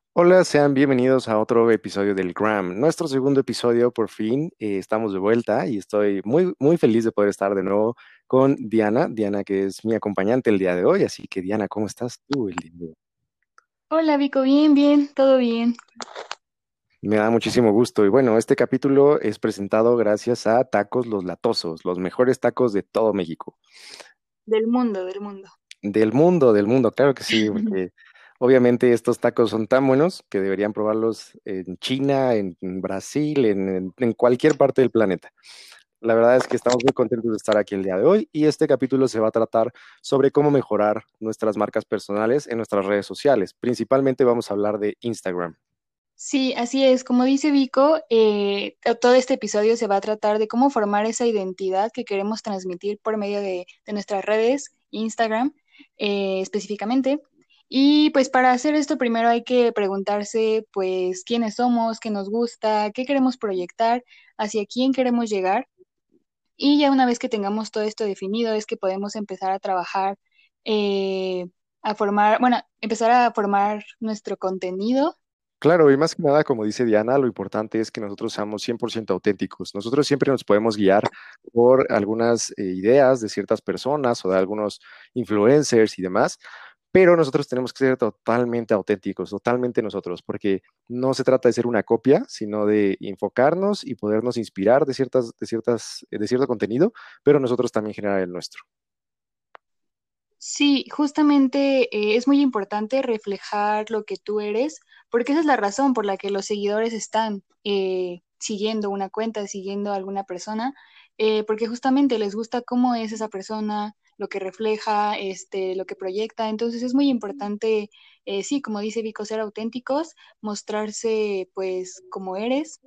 Hola, sean bienvenidos a otro episodio del Gram. Nuestro segundo episodio, por fin, estamos de vuelta y estoy muy feliz de poder estar de nuevo con Diana. Diana, que es mi acompañante el día de hoy. Así que, Diana, ¿cómo estás tú el día de hoy? Hola Vico, bien, bien, todo bien. Me da muchísimo gusto. Y bueno, este capítulo es presentado gracias a Tacos Los Latosos, los mejores tacos de todo México. Del mundo, del mundo. Del mundo, claro que sí, porque obviamente estos tacos son tan buenos que deberían probarlos en China, en Brasil, en cualquier parte del planeta. La verdad es que estamos muy contentos de estar aquí el día de hoy y este capítulo se va a tratar sobre cómo mejorar nuestras marcas personales en nuestras redes sociales. Principalmente vamos a hablar de Instagram. Sí, así es. Como dice Vico, todo este episodio se va a tratar de cómo formar esa identidad que queremos transmitir por medio de nuestras redes, Instagram específicamente. Y pues para hacer esto primero hay que preguntarse pues quiénes somos, qué nos gusta, qué queremos proyectar, hacia quién queremos llegar. Y ya una vez que tengamos todo esto definido, es que podemos empezar a trabajar, eh, a formar, bueno, empezar a formar nuestro contenido. Claro, y más que nada, como dice Diana, lo importante es que nosotros seamos 100% auténticos. Nosotros siempre nos podemos guiar por algunas ideas de ciertas personas o de algunos influencers y demás, pero nosotros tenemos que ser totalmente auténticos, totalmente nosotros, porque no se trata de ser una copia, sino de enfocarnos y podernos inspirar de cierto contenido, pero nosotros también generar el nuestro. Sí, justamente es muy importante reflejar lo que tú eres, porque esa es la razón por la que los seguidores están siguiendo una cuenta, siguiendo a alguna persona, porque justamente les gusta cómo es esa persona, lo que refleja, lo que proyecta. Entonces es muy importante, sí, como dice Vico, ser auténticos, mostrarse pues como eres.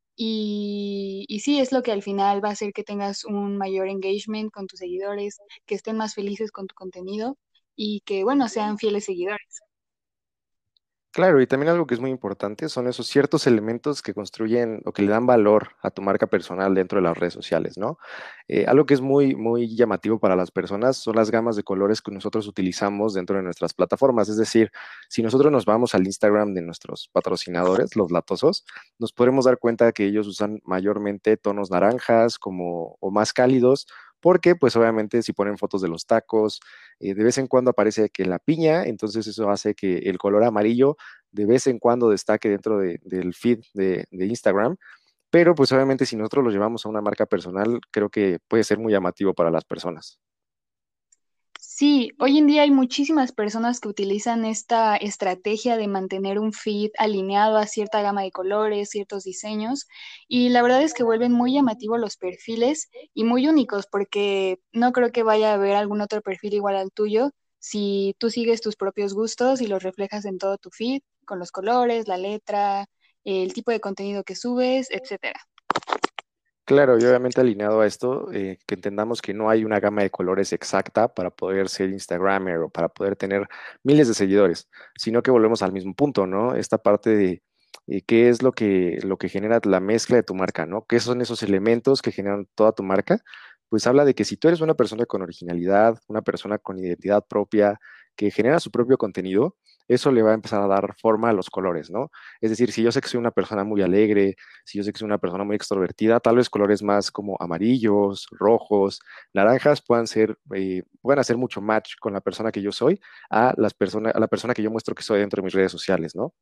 Y sí, es lo que al final va a hacer que tengas un mayor engagement con tus seguidores, que estén más felices con tu contenido y que, bueno, sean fieles seguidores. Claro, y también algo que es muy importante son esos ciertos elementos que construyen o que le dan valor a tu marca personal dentro de las redes sociales, ¿no? Algo que es muy llamativo para las personas son las gamas de colores que nosotros utilizamos dentro de nuestras plataformas. Es decir, si nosotros nos vamos al Instagram de nuestros patrocinadores, los latosos, nos podremos dar cuenta que ellos usan mayormente tonos naranjas como, o más cálidos, porque pues obviamente si ponen fotos de los tacos, de vez en cuando aparece que la piña, entonces eso hace que el color amarillo de vez en cuando destaque dentro del feed de Instagram, pero pues obviamente si nosotros lo llevamos a una marca personal, creo que puede ser muy llamativo para las personas. Sí, hoy en día hay muchísimas personas que utilizan esta estrategia de mantener un feed alineado a cierta gama de colores, ciertos diseños, y la verdad es que vuelven muy llamativos los perfiles y muy únicos, porque no creo que vaya a haber algún otro perfil igual al tuyo si tú sigues tus propios gustos y los reflejas en todo tu feed, con los colores, la letra, el tipo de contenido que subes, etcétera. Claro, y obviamente alineado a esto, que entendamos que no hay una gama de colores exacta para poder ser Instagramer o para poder tener miles de seguidores, sino que volvemos al mismo punto, ¿no? Esta parte de qué es lo que genera la mezcla de tu marca, ¿no? ¿Qué son esos elementos que generan toda tu marca? Pues habla de que si tú eres una persona con originalidad, una persona con identidad propia, que genera su propio contenido, eso le va a empezar a dar forma a los colores, ¿no? Es decir, si yo sé que soy una persona muy alegre, si yo sé que soy una persona muy extrovertida, tal vez colores más como amarillos, rojos, naranjas puedan hacer mucho match con la persona que yo soy a la persona que yo muestro que soy dentro de mis redes sociales, ¿no?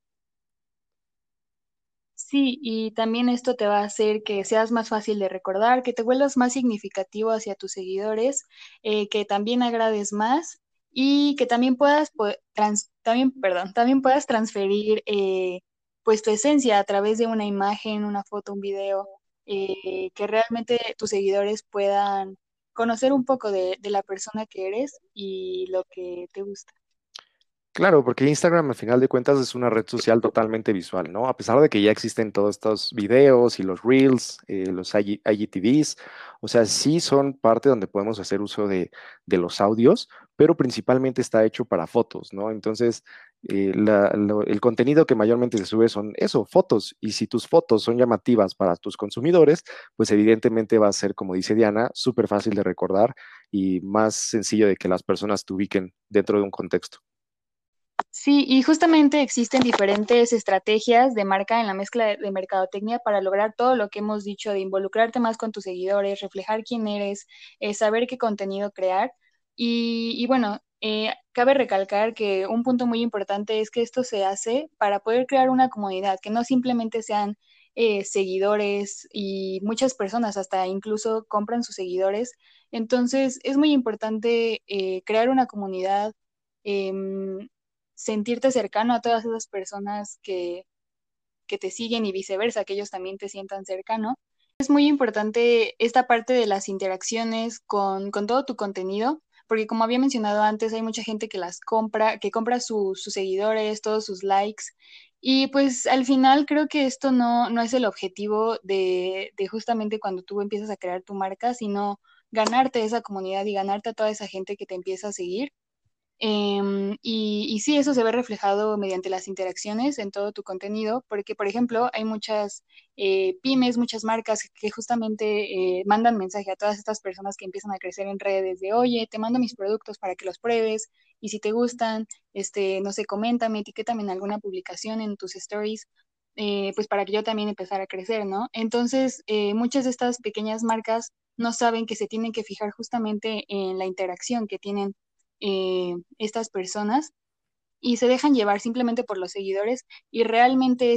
Sí, y también esto te va a hacer que seas más fácil de recordar, que te vuelvas más significativo hacia tus seguidores, que también agrades más y que también también puedas transferir pues tu esencia a través de una imagen, una foto, un video, que realmente tus seguidores puedan conocer un poco de la persona que eres y lo que te gusta. Claro, porque Instagram al final de cuentas es una red social totalmente visual, ¿no? A pesar de que ya existen todos estos videos y los Reels, los IGTVs, o sea, sí son parte donde podemos hacer uso de los audios, pero principalmente está hecho para fotos, ¿no? Entonces, el contenido que mayormente se sube son eso, fotos, y si tus fotos son llamativas para tus consumidores, pues evidentemente va a ser, como dice Diana, súper fácil de recordar y más sencillo de que las personas te ubiquen dentro de un contexto. Sí, y justamente existen diferentes estrategias de marca en la mezcla de mercadotecnia para lograr todo lo que hemos dicho, de involucrarte más con tus seguidores, reflejar quién eres, saber qué contenido crear. Y bueno, cabe recalcar que un punto muy importante es que esto se hace para poder crear una comunidad, que no simplemente sean seguidores y muchas personas hasta incluso compran sus seguidores. Entonces, es muy importante crear una comunidad, em, sentirte cercano a todas esas personas que te siguen y viceversa, que ellos también te sientan cercano. Es muy importante esta parte de las interacciones con todo tu contenido, porque como había mencionado antes, hay mucha gente que las compra, que compra sus seguidores, todos sus likes. Y pues al final creo que esto no es el objetivo de justamente cuando tú empiezas a crear tu marca, sino ganarte esa comunidad y ganarte a toda esa gente que te empieza a seguir. Y sí, eso se ve reflejado mediante las interacciones en todo tu contenido, porque, por ejemplo, hay muchas pymes, muchas marcas que justamente mandan mensaje a todas estas personas que empiezan a crecer en redes de, oye, te mando mis productos para que los pruebes y si te gustan, no sé, coméntame, etiquétame en alguna publicación en tus stories. Pues para que yo también empezara a crecer, ¿no? Entonces, muchas de estas pequeñas marcas no saben que se tienen que fijar justamente en la interacción que tienen estas personas y se dejan llevar simplemente por los seguidores y realmente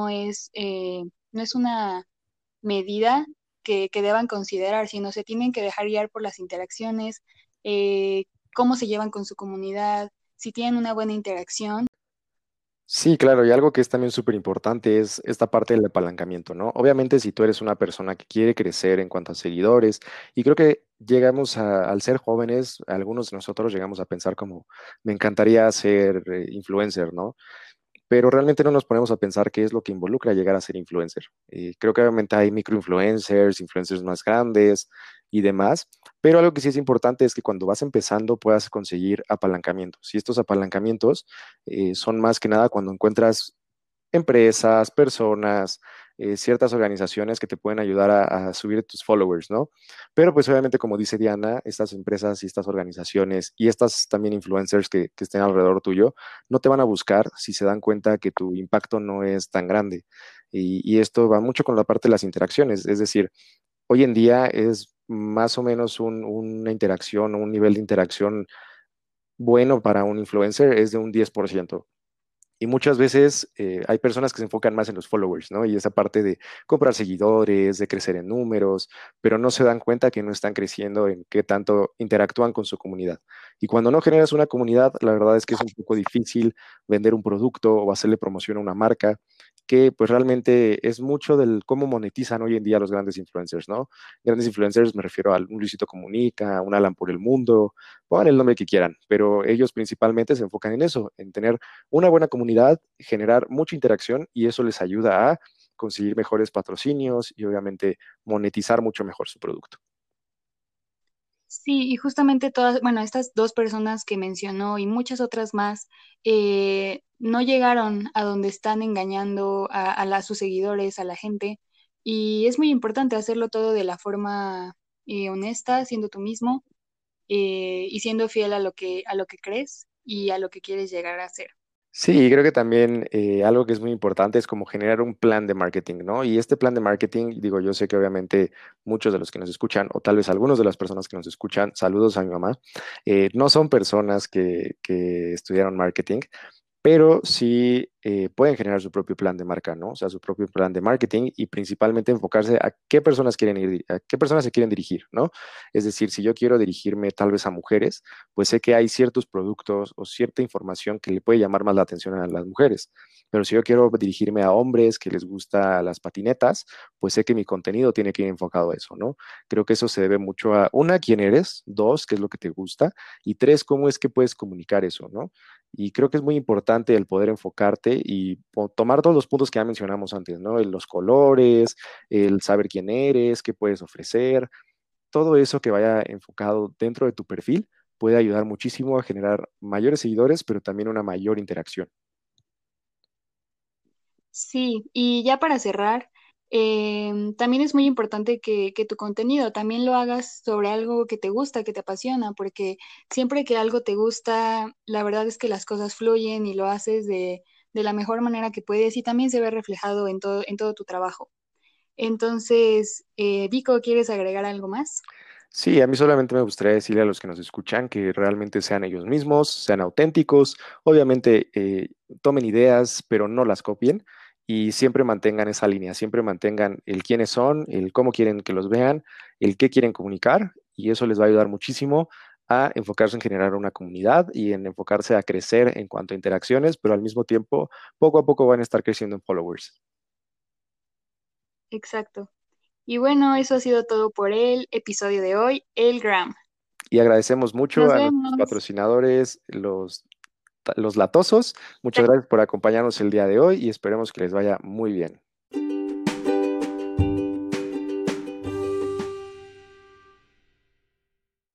no es una medida que deban considerar, sino se tienen que dejar guiar por las interacciones, cómo se llevan con su comunidad, si tienen una buena interacción. Sí, claro, y algo que es también súper importante es esta parte del apalancamiento, ¿no? Obviamente, si tú eres una persona que quiere crecer en cuanto a seguidores, y creo que al ser jóvenes, algunos de nosotros llegamos a pensar como, me encantaría ser influencer, ¿no? Pero realmente no nos ponemos a pensar qué es lo que involucra llegar a ser influencer. Creo que obviamente hay microinfluencers, influencers más grandes y demás, pero algo que sí es importante es que cuando vas empezando puedas conseguir apalancamientos. Y estos apalancamientos son más que nada cuando encuentras empresas, personas, ciertas organizaciones que te pueden ayudar a subir tus followers, ¿no? Pero pues obviamente, como dice Diana, estas empresas y estas organizaciones y estas también influencers que estén alrededor tuyo, no te van a buscar si se dan cuenta que tu impacto no es tan grande. Y esto va mucho con la parte de las interacciones, es decir, hoy en día es más o menos una interacción, un nivel de interacción bueno para un influencer es de un 10%. Y muchas veces hay personas que se enfocan más en los followers, ¿no? Y esa parte de comprar seguidores, de crecer en números, pero no se dan cuenta que no están creciendo en qué tanto interactúan con su comunidad. Y cuando no generas una comunidad, la verdad es que es un poco difícil vender un producto o hacerle promoción a una marca, que pues realmente es mucho del cómo monetizan hoy en día los grandes influencers, ¿no? Grandes influencers me refiero a un Luisito Comunica, un Alan por el Mundo, pongan el nombre que quieran, pero ellos principalmente se enfocan en eso, en tener una buena comunidad, generar mucha interacción y eso les ayuda a conseguir mejores patrocinios y obviamente monetizar mucho mejor su producto. Sí, y justamente todas, bueno, estas dos personas que mencionó y muchas otras más no llegaron a donde están engañando sus seguidores, a la gente, y es muy importante hacerlo todo de la forma honesta, siendo tú mismo y siendo fiel a lo que crees y a lo que quieres llegar a ser. Sí, creo que también algo que es muy importante es como generar un plan de marketing, ¿no? Y este plan de marketing, digo, yo sé que obviamente muchos de los que nos escuchan, o tal vez algunos de las personas que nos escuchan, saludos a mi mamá, no son personas que estudiaron marketing, pero sí pueden generar su propio plan de marca, ¿no? O sea, su propio plan de marketing y principalmente enfocarse a qué personas quieren ir, a qué personas se quieren dirigir, ¿no? Es decir, si yo quiero dirigirme tal vez a mujeres, pues sé que hay ciertos productos o cierta información que le puede llamar más la atención a las mujeres. Pero si yo quiero dirigirme a hombres que les gusta las patinetas, pues sé que mi contenido tiene que ir enfocado a eso, ¿no? Creo que eso se debe mucho a, una, quién eres, dos, qué es lo que te gusta, y tres, cómo es que puedes comunicar eso, ¿no? Y creo que es muy importante el poder enfocarte y tomar todos los puntos que ya mencionamos antes, ¿no? Los colores, el saber quién eres, qué puedes ofrecer, todo eso que vaya enfocado dentro de tu perfil puede ayudar muchísimo a generar mayores seguidores, pero también una mayor interacción. Sí, y ya para cerrar, También es muy importante que tu contenido también lo hagas sobre algo que te gusta, que te apasiona, porque siempre que algo te gusta, la verdad es que las cosas fluyen y lo haces de la mejor manera que puedes y también se ve reflejado en todo tu trabajo. Entonces, Vico, ¿quieres agregar algo más? Sí, a mí solamente me gustaría decirle a los que nos escuchan que realmente sean ellos mismos, sean auténticos, obviamente tomen ideas, pero no las copien y siempre mantengan esa línea, siempre mantengan el quiénes son, el cómo quieren que los vean, el qué quieren comunicar y eso les va a ayudar muchísimo a enfocarse en generar una comunidad y en enfocarse a crecer en cuanto a interacciones, pero al mismo tiempo, poco a poco van a estar creciendo en followers. Exacto. Y bueno, eso ha sido todo por el episodio de hoy, el Gram. Y agradecemos mucho Nos a nuestros vemos. patrocinadores, los latosos. Muchas gracias por acompañarnos el día de hoy y esperemos que les vaya muy bien.